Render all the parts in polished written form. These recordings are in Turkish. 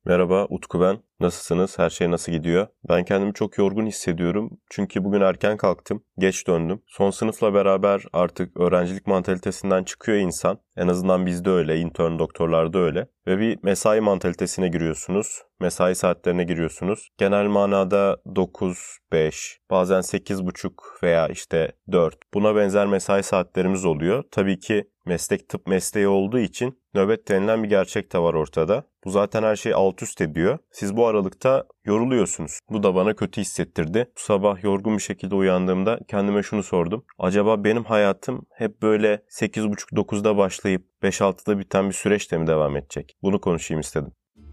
Merhaba, Utku ben. Nasılsınız? Her şey nasıl gidiyor? Ben kendimi çok yorgun hissediyorum. Çünkü bugün erken kalktım, geç döndüm. Son sınıfla beraber artık öğrencilik mantalitesinden çıkıyor insan. En azından bizde öyle, intern doktorlarda öyle. Ve bir mesai mantalitesine giriyorsunuz. Mesai saatlerine giriyorsunuz. Genel manada 9, 5, bazen 8.30 veya işte 4. Buna benzer mesai saatlerimiz oluyor. Tabii ki meslek tıp mesleği olduğu için nöbet denilen bir gerçek de var ortada. Bu zaten her şeyi alt üst ediyor. Siz bu aralıkta yoruluyorsunuz. Bu da bana kötü hissettirdi. Bu sabah yorgun bir şekilde uyandığımda kendime şunu sordum. Acaba benim hayatım hep böyle 8.30-9'da başlayıp 5-6'da biten bir süreçte mi devam edecek? Bunu konuşayım istedim.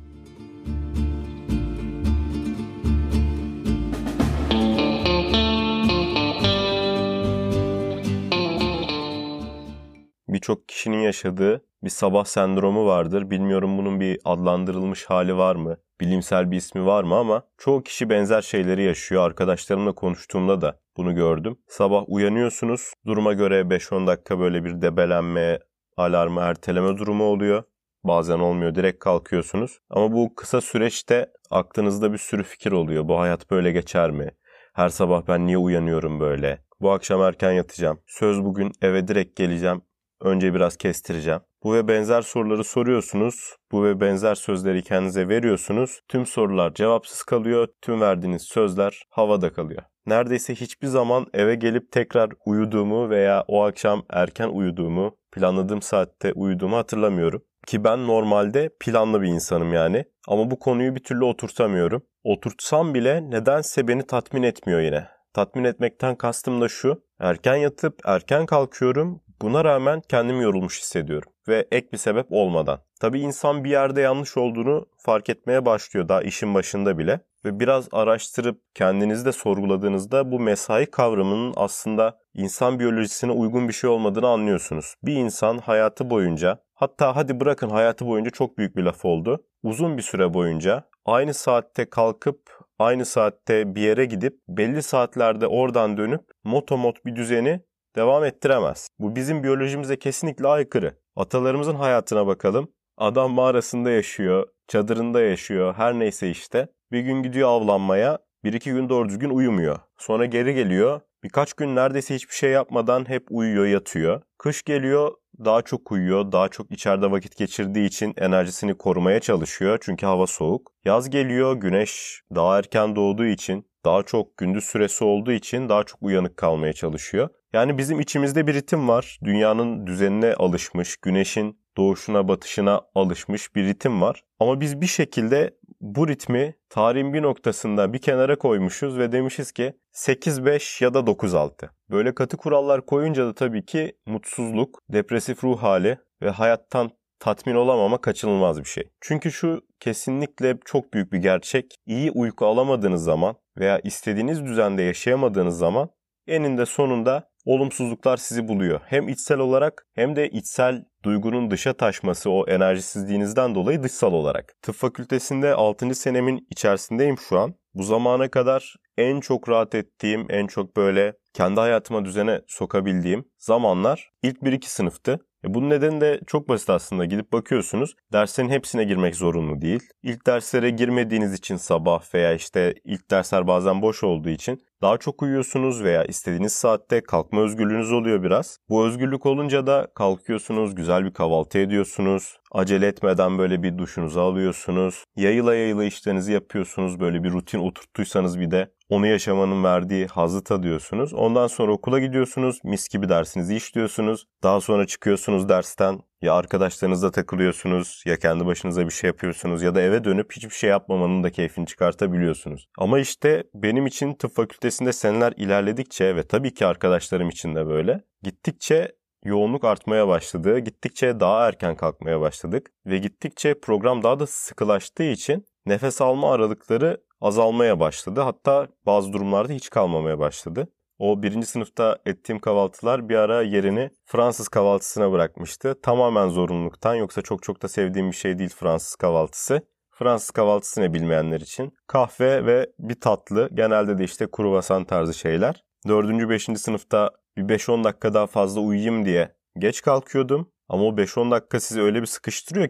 Birçok kişinin yaşadığı bir sabah sendromu vardır. Bilmiyorum bunun bir adlandırılmış hali var mı? Bilimsel bir ismi var mı ama çoğu kişi benzer şeyleri yaşıyor. Arkadaşlarımla konuştuğumda da bunu gördüm. Sabah uyanıyorsunuz. Duruma göre 5-10 dakika böyle bir debelenme, alarmı erteleme durumu oluyor. Bazen olmuyor, direkt kalkıyorsunuz. Ama bu kısa süreçte aklınızda bir sürü fikir oluyor. Bu hayat böyle geçer mi? Her sabah ben niye uyanıyorum böyle? Bu akşam erken yatacağım. Söz bugün eve direkt geleceğim. Önce biraz kestireceğim. Bu ve benzer soruları soruyorsunuz. Bu ve benzer sözleri kendinize veriyorsunuz. Tüm sorular cevapsız kalıyor. Tüm verdiğiniz sözler havada kalıyor. Neredeyse hiçbir zaman eve gelip tekrar uyuduğumu veya o akşam erken uyuduğumu, planladığım saatte uyuduğumu hatırlamıyorum. Ki ben normalde planlı bir insanım yani. Ama bu konuyu bir türlü oturtamıyorum. Oturtsam bile nedense beni tatmin etmiyor yine. Tatmin etmekten kastım da şu. Erken yatıp erken kalkıyorum. Buna rağmen kendimi yorulmuş hissediyorum. Ve ek bir sebep olmadan. Tabii insan bir yerde yanlış olduğunu fark etmeye başlıyor daha işin başında bile. Ve biraz araştırıp kendinizi de sorguladığınızda bu mesai kavramının aslında insan biyolojisine uygun bir şey olmadığını anlıyorsunuz. Bir insan hayatı boyunca, hatta hadi bırakın hayatı boyunca çok büyük bir laf oldu. Uzun bir süre boyunca aynı saatte kalkıp aynı saatte bir yere gidip belli saatlerde oradan dönüp motomot bir düzeni devam ettiremez. Bu bizim biyolojimize kesinlikle aykırı. Atalarımızın hayatına bakalım. Adam mağarasında yaşıyor, çadırında yaşıyor, her neyse işte. Bir gün gidiyor avlanmaya, bir iki gün doğru düzgün uyumuyor. Sonra geri geliyor, birkaç gün neredeyse hiçbir şey yapmadan hep uyuyor, yatıyor. Kış geliyor, daha çok uyuyor, daha çok içeride vakit geçirdiği için enerjisini korumaya çalışıyor çünkü hava soğuk. Yaz geliyor, güneş daha erken doğduğu için, daha çok gündüz süresi olduğu için daha çok uyanık kalmaya çalışıyor. Yani bizim içimizde bir ritim var. Dünyanın düzenine alışmış, güneşin doğuşuna batışına alışmış bir ritim var. Ama biz bir şekilde bu ritmi tarihin bir noktasında bir kenara koymuşuz ve demişiz ki 8-5 ya da 9-6. Böyle katı kurallar koyunca da tabii ki mutsuzluk, depresif ruh hali ve hayattan tatmin olamama kaçınılmaz bir şey. Çünkü şu kesinlikle çok büyük bir gerçek. İyi uyku alamadığınız zaman veya istediğiniz düzende yaşayamadığınız zaman eninde sonunda olumsuzluklar sizi buluyor. Hem içsel olarak hem de içsel duygunun dışa taşması o enerjisizliğinizden dolayı dışsal olarak. Tıp fakültesinde 6. senemin içerisindeyim şu an. Bu zamana kadar en çok rahat ettiğim, en çok böyle kendi hayatıma düzene sokabildiğim zamanlar ilk 1-2 sınıftı. Bunun nedeni de çok basit aslında. Gidip bakıyorsunuz, derslerin hepsine girmek zorunlu değil. İlk derslere girmediğiniz için sabah veya işte ilk dersler bazen boş olduğu için daha çok uyuyorsunuz veya istediğiniz saatte kalkma özgürlüğünüz oluyor biraz. Bu özgürlük olunca da kalkıyorsunuz, güzel bir kahvaltı ediyorsunuz. Acele etmeden böyle bir duşunuzu alıyorsunuz. Yayıla yayıla işlerinizi yapıyorsunuz. Böyle bir rutin oturttuysanız bir de onu yaşamanın verdiği hazzı tadıyorsunuz. Ondan sonra okula gidiyorsunuz. Mis gibi dersinizi işliyorsunuz. Daha sonra çıkıyorsunuz dersten. Ya arkadaşlarınızla takılıyorsunuz, ya kendi başınıza bir şey yapıyorsunuz ya da eve dönüp hiçbir şey yapmamanın da keyfini çıkartabiliyorsunuz. Ama işte benim için tıp fakültesinde seneler ilerledikçe ve tabii ki arkadaşlarım için de böyle, gittikçe yoğunluk artmaya başladı, gittikçe daha erken kalkmaya başladık ve gittikçe program daha da sıkılaştığı için nefes alma aralıkları azalmaya başladı. Hatta bazı durumlarda hiç kalmamaya başladı. O 1. sınıfta ettiğim kahvaltılar bir ara yerini Fransız kahvaltısına bırakmıştı. Tamamen zorunluluktan, yoksa çok çok da sevdiğim bir şey değil Fransız kahvaltısı. Fransız kahvaltısı ne bilmeyenler için? Kahve ve bir tatlı, genelde de işte kruvasan tarzı şeyler. 4. 5. sınıfta bir 5-10 dakika daha fazla uyuyayım diye geç kalkıyordum. Ama o 5-10 dakika sizi öyle bir sıkıştırıyor ki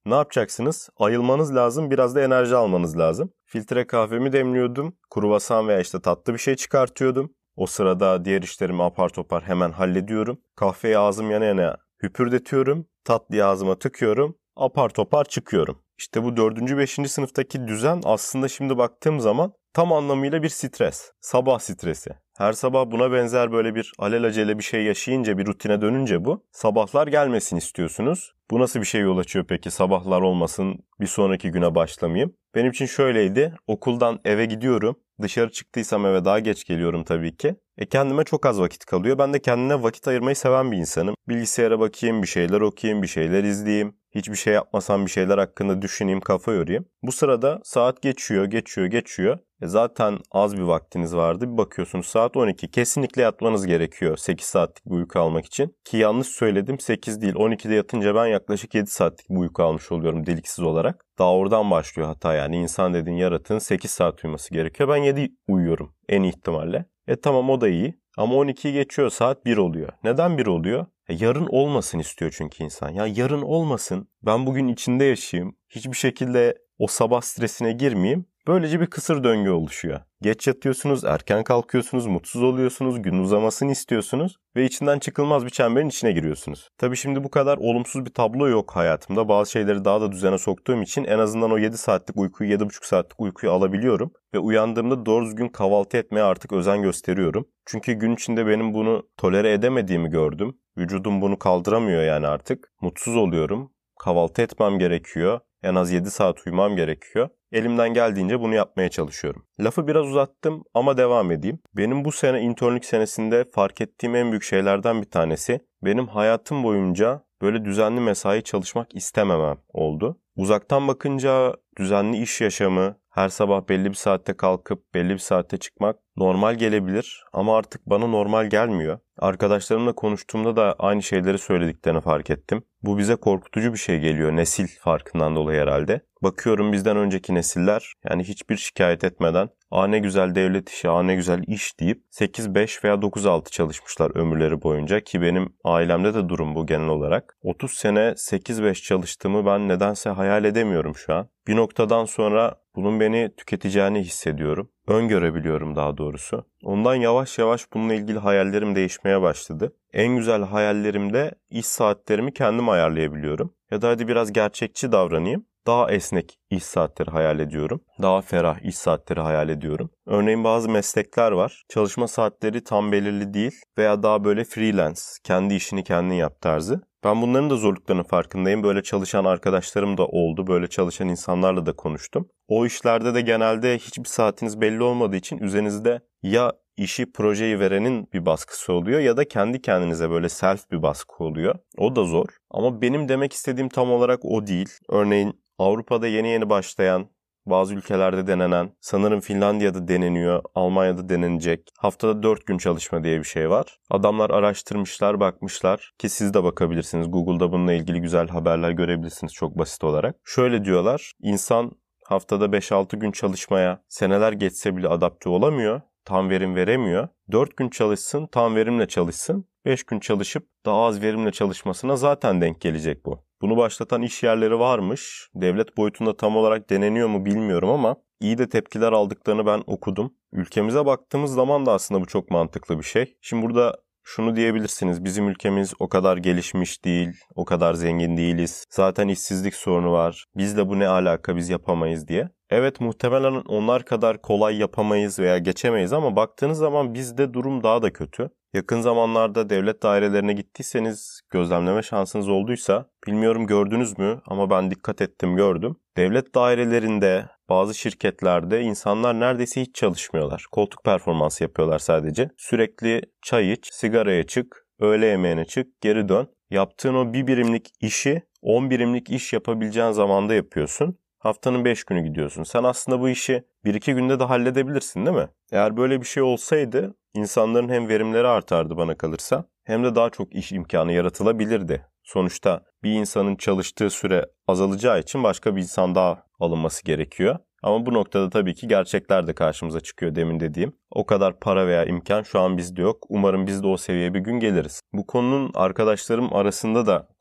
Ne yapacaksınız? Ayılmanız lazım, biraz da enerji almanız lazım. Filtre kahvemi demliyordum. Kruvasan veya işte tatlı bir şey çıkartıyordum. O sırada diğer işlerimi apar topar hemen hallediyorum. Kahveyi ağzım yana yana hüpürdetiyorum. Tatlıyı ağzıma tıkıyorum. Apar topar çıkıyorum. İşte bu 4. 5. sınıftaki düzen aslında şimdi baktığım zaman tam anlamıyla bir stres. Sabah stresi. Her sabah buna benzer böyle bir alelacele bir şey yaşayınca, bir rutine dönünce bu. Sabahlar gelmesin istiyorsunuz. Bu nasıl bir şey yol açıyor peki? Sabahlar olmasın, bir sonraki güne başlamayayım. Benim için şöyleydi. Okuldan eve gidiyorum. Dışarı çıktıysam eve daha geç geliyorum tabii ki. Kendime çok az vakit kalıyor. Ben de kendine vakit ayırmayı seven bir insanım. Bilgisayara bakayım, bir şeyler okuyayım, bir şeyler izleyeyim. Hiçbir şey yapmasam bir şeyler hakkında düşüneyim, kafa yorayım. Bu sırada saat geçiyor. Zaten az bir vaktiniz vardı. Bir bakıyorsunuz saat 12. Kesinlikle yatmanız gerekiyor 8 saatlik bir uyku almak için. Ki yanlış söyledim, 8 değil 12'de yatınca ben yaklaşık 7 saatlik bir uyku almış oluyorum deliksiz olarak. Daha oradan başlıyor hata yani. İnsan dediğin yaratığın 8 saat uyuması gerekiyor. Ben 7 uyuyorum en iyi ihtimalle. Tamam o da iyi. Ama 12'yi geçiyor, saat 1 oluyor. Neden 1 oluyor? Yarın olmasın istiyor çünkü insan. Ya yarın olmasın, ben bugün içinde yaşayayım. Hiçbir şekilde o sabah stresine girmeyeyim. Böylece bir kısır döngü oluşuyor. Geç yatıyorsunuz, erken kalkıyorsunuz, mutsuz oluyorsunuz, gün uzamasını istiyorsunuz ve içinden çıkılmaz bir çemberin içine giriyorsunuz. Tabii şimdi bu kadar olumsuz bir tablo yok hayatımda. Bazı şeyleri daha da düzene soktuğum için en azından o 7 saatlik uykuyu, 7,5 saatlik uykuyu alabiliyorum. Ve uyandığımda doğru düzgün kahvaltı etmeye artık özen gösteriyorum. Çünkü gün içinde benim bunu tolere edemediğimi gördüm. Vücudum bunu kaldıramıyor yani artık. Mutsuz oluyorum. Kahvaltı etmem gerekiyor. En az 7 saat uyumam gerekiyor. Elimden geldiğince bunu yapmaya çalışıyorum. Lafı biraz uzattım ama devam edeyim. Benim bu sene internlük senesinde fark ettiğim en büyük şeylerden bir tanesi, benim hayatım boyunca böyle düzenli mesai çalışmak istememem oldu. Uzaktan bakınca düzenli iş yaşamı, her sabah belli bir saatte kalkıp belli bir saatte çıkmak normal gelebilir ama artık bana normal gelmiyor. Arkadaşlarımla konuştuğumda da aynı şeyleri söylediklerini fark ettim. Bu bize korkutucu bir şey geliyor, nesil farkından dolayı herhalde. Bakıyorum bizden önceki nesiller yani hiçbir şikayet etmeden ne güzel devlet işi, ne güzel iş deyip 8-5 veya 9-6 çalışmışlar ömürleri boyunca ki benim ailemde de durum bu genel olarak. 30 sene 8-5 çalıştığımı ben nedense hayal edemiyorum şu an. Bir noktadan sonra bunun beni tüketeceğini hissediyorum. Öngörebiliyorum daha doğrusu. Ondan yavaş yavaş bununla ilgili hayallerim değişmeye başladı. En güzel hayallerimde iş saatlerimi kendim ayarlayabiliyorum. Ya da hadi biraz gerçekçi davranayım. Daha esnek iş saatleri hayal ediyorum. Daha ferah iş saatleri hayal ediyorum. Örneğin bazı meslekler var. Çalışma saatleri tam belirli değil veya daha böyle freelance, kendi işini kendin yap tarzı. Ben bunların da zorluklarının farkındayım. Böyle çalışan arkadaşlarım da oldu. Böyle çalışan insanlarla da konuştum. O işlerde de genelde hiçbir saatiniz belli olmadığı için üzerinizde ya işi, projeyi verenin bir baskısı oluyor ya da kendi kendinize böyle self bir baskı oluyor. O da zor. Ama benim demek istediğim tam olarak o değil. Örneğin Avrupa'da yeni başlayan, bazı ülkelerde denenen, sanırım Finlandiya'da deneniyor, Almanya'da denenecek. Haftada 4 gün çalışma diye bir şey var. Adamlar araştırmışlar, bakmışlar ki siz de bakabilirsiniz. Google'da bununla ilgili güzel haberler görebilirsiniz çok basit olarak. Şöyle diyorlar, insan haftada 5-6 gün çalışmaya seneler geçse bile adapte olamıyor. Tam verim veremiyor. 4 gün çalışsın, tam verimle çalışsın. 5 gün çalışıp daha az verimle çalışmasına zaten denk gelecek bu. Bunu başlatan iş yerleri varmış. Devlet boyutunda tam olarak deneniyor mu bilmiyorum ama iyi de tepkiler aldıklarını ben okudum. Ülkemize baktığımız zaman da aslında bu çok mantıklı bir şey. Şimdi burada şunu diyebilirsiniz. Bizim ülkemiz o kadar gelişmiş değil, o kadar zengin değiliz. Zaten işsizlik sorunu var. Bizle bu ne alaka, biz yapamayız diye. Evet, muhtemelen onlar kadar kolay yapamayız veya geçemeyiz ama baktığınız zaman bizde durum daha da kötü. Yakın zamanlarda devlet dairelerine gittiyseniz, gözlemleme şansınız olduysa, bilmiyorum gördünüz mü ama ben dikkat ettim, gördüm. Devlet dairelerinde, bazı şirketlerde insanlar neredeyse hiç çalışmıyorlar. Koltuk performansı yapıyorlar sadece. Sürekli çay iç, sigaraya çık, öğle yemeğine çık, geri dön. Yaptığın o 1 birimlik işi 10 birimlik iş yapabileceğin zamanda yapıyorsun. Haftanın 5 günü gidiyorsun. Sen aslında bu işi 1-2 günde de halledebilirsin değil mi? Eğer böyle bir şey olsaydı insanların hem verimleri artardı bana kalırsa hem de daha çok iş imkanı yaratılabilirdi. Sonuçta bir insanın çalıştığı süre azalacağı için başka bir insan daha alınması gerekiyor. Ama bu noktada tabii ki gerçekler de karşımıza çıkıyor demin dediğim. O kadar para veya imkan şu an bizde yok. Umarım biz de o seviyeye bir gün geliriz. Bu konunun arkadaşlarım arasında da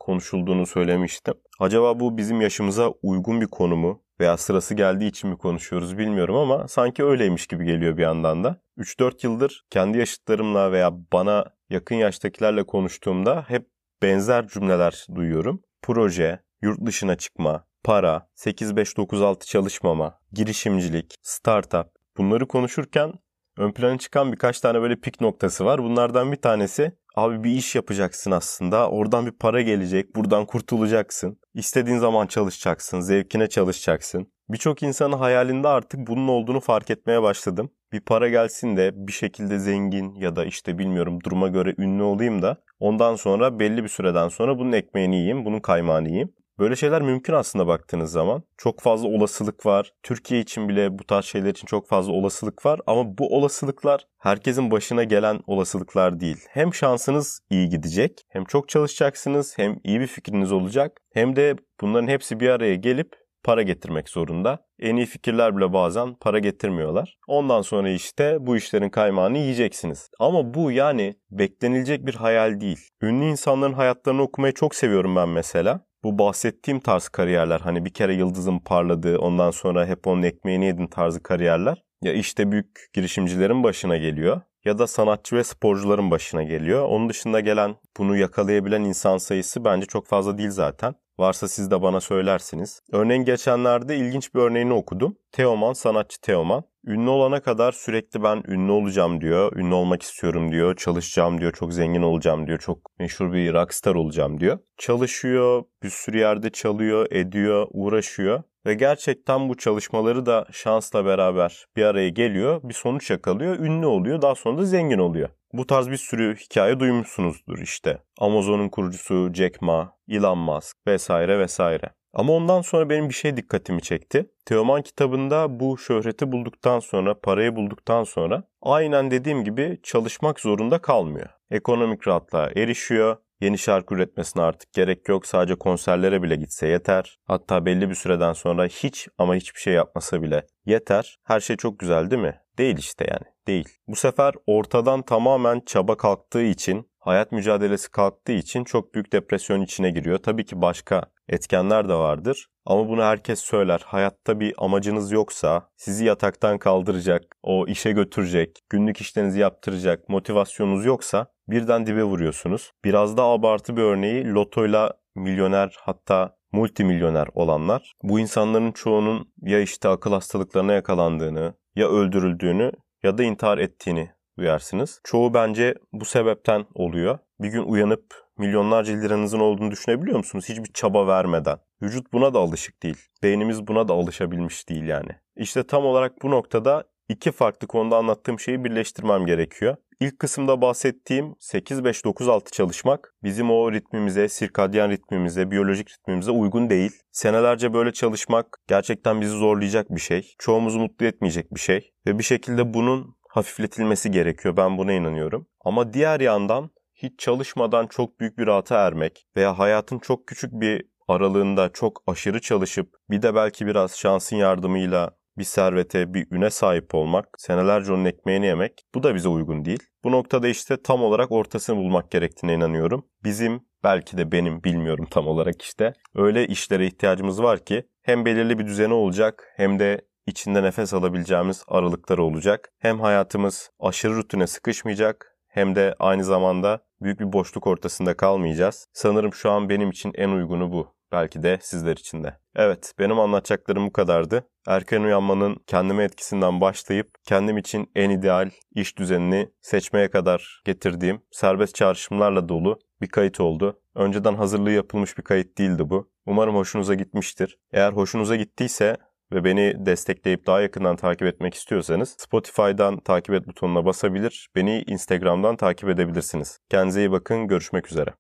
konuşulduğunu söylemiştim. Acaba bu bizim yaşımıza uygun bir konu mu? Veya sırası geldiği için mi konuşuyoruz bilmiyorum ama sanki öyleymiş gibi geliyor bir yandan da. 3-4 yıldır kendi yaşıtlarımla veya bana yakın yaştakilerle konuştuğumda hep benzer cümleler duyuyorum. Proje, yurt dışına çıkma, para, 8-5-9-6 çalışmama, girişimcilik, startup. Bunları konuşurken ön plana çıkan birkaç tane böyle pik noktası var. Bunlardan bir tanesi, abi bir iş yapacaksın aslında. Oradan bir para gelecek. Buradan kurtulacaksın. İstediğin zaman çalışacaksın. Zevkine çalışacaksın. Birçok insanın hayalinde artık bunun olduğunu fark etmeye başladım. Bir para gelsin de bir şekilde zengin ya da işte bilmiyorum duruma göre ünlü olayım da ondan sonra belli bir süreden sonra bunun ekmeğini yiyeyim, bunun kaymağını yiyeyim. Böyle şeyler mümkün aslında baktığınız zaman. Çok fazla olasılık var. Türkiye için bile bu tarz şeyler için çok fazla olasılık var. Ama bu olasılıklar herkesin başına gelen olasılıklar değil. Hem şansınız iyi gidecek, hem çok çalışacaksınız, hem iyi bir fikriniz olacak. Hem de bunların hepsi bir araya gelip para getirmek zorunda. En iyi fikirler bile bazen para getirmiyorlar. Ondan sonra işte bu işlerin kaymağını yiyeceksiniz. Ama bu yani beklenilecek bir hayal değil. Ünlü insanların hayatlarını okumayı çok seviyorum ben mesela. Bu bahsettiğim tarz kariyerler, hani bir kere yıldızın parladığı, ondan sonra hep onun ekmeğini yedin tarzı kariyerler. Ya işte büyük girişimcilerin başına geliyor ya da sanatçı ve sporcuların başına geliyor. Onun dışında gelen, bunu yakalayabilen insan sayısı bence çok fazla değil zaten. Varsa siz de bana söylersiniz. Örneğin geçenlerde ilginç bir örneğini okudum. Teoman, sanatçı Teoman. Ünlü olana kadar sürekli ben ünlü olacağım diyor, ünlü olmak istiyorum diyor, çalışacağım diyor, çok zengin olacağım diyor, çok meşhur bir rockstar olacağım diyor. Çalışıyor, bir sürü yerde çalıyor, ediyor, uğraşıyor. Ve gerçekten bu çalışmaları da şansla beraber bir araya geliyor, bir sonuç yakalıyor, ünlü oluyor, daha sonra da zengin oluyor. Bu tarz bir sürü hikaye duymuşsunuzdur işte. Amazon'un kurucusu Jack Ma, Elon Musk vesaire vesaire. Ama ondan sonra benim bir şey dikkatimi çekti. Teoman kitabında bu şöhreti bulduktan sonra, parayı bulduktan sonra aynen dediğim gibi çalışmak zorunda kalmıyor. Ekonomik rahatlığa erişiyor. Yeni şarkı üretmesine artık gerek yok. Sadece konserlere bile gitse yeter. Hatta belli bir süreden sonra hiç ama hiçbir şey yapmasa bile yeter. Her şey çok güzel değil mi? Değil işte yani. Değil. Bu sefer ortadan tamamen çaba kalktığı için, hayat mücadelesi kalktığı için çok büyük depresyon içine giriyor. Tabii ki başka etkenler de vardır. Ama bunu herkes söyler. Hayatta bir amacınız yoksa, sizi yataktan kaldıracak, o işe götürecek, günlük işlerinizi yaptıracak motivasyonunuz yoksa birden dibe vuruyorsunuz. Biraz daha abartı bir örneği, lotoyla milyoner, hatta multimilyoner olanlar. Bu insanların çoğunun ya işte akıl hastalıklarına yakalandığını, ya öldürüldüğünü ya da intihar ettiğini duyarsınız. Çoğu bence bu sebepten oluyor. Bir gün uyanıp milyonlarca liranızın olduğunu düşünebiliyor musunuz? Hiçbir çaba vermeden. Vücut buna da alışık değil. Beynimiz buna da alışabilmiş değil yani. İşte tam olarak bu noktada iki farklı konuda anlattığım şeyi birleştirmem gerekiyor. İlk kısımda bahsettiğim 8-5-9-6 çalışmak bizim o ritmimize, sirkadyen ritmimize, biyolojik ritmimize uygun değil. Senelerce böyle çalışmak gerçekten bizi zorlayacak bir şey. Çoğumuzu mutlu etmeyecek bir şey. Ve bir şekilde bunun hafifletilmesi gerekiyor. Ben buna inanıyorum. Ama diğer yandan hiç çalışmadan çok büyük bir rahata ermek veya hayatın çok küçük bir aralığında çok aşırı çalışıp bir de belki biraz şansın yardımıyla bir servete, bir üne sahip olmak, senelerce onun ekmeğini yemek, bu da bize uygun değil. Bu noktada işte tam olarak ortasını bulmak gerektiğine inanıyorum. Bizim, belki de benim, bilmiyorum tam olarak işte, öyle işlere ihtiyacımız var ki hem belirli bir düzeni olacak hem de içinde nefes alabileceğimiz aralıkları olacak. Hem hayatımız aşırı rutine sıkışmayacak hem de aynı zamanda büyük bir boşluk ortasında kalmayacağız. Sanırım şu an benim için en uygunu bu. Belki de sizler için de. Evet, benim anlatacaklarım bu kadardı. Erken uyanmanın kendime etkisinden başlayıp kendim için en ideal iş düzenini seçmeye kadar getirdiğim serbest çağrışımlarla dolu bir kayıt oldu. Önceden hazırlığı yapılmış bir kayıt değildi bu. Umarım hoşunuza gitmiştir. Eğer hoşunuza gittiyse ve beni destekleyip daha yakından takip etmek istiyorsanız Spotify'dan takip et butonuna basabilir, beni Instagram'dan takip edebilirsiniz. Kendinize iyi bakın, görüşmek üzere.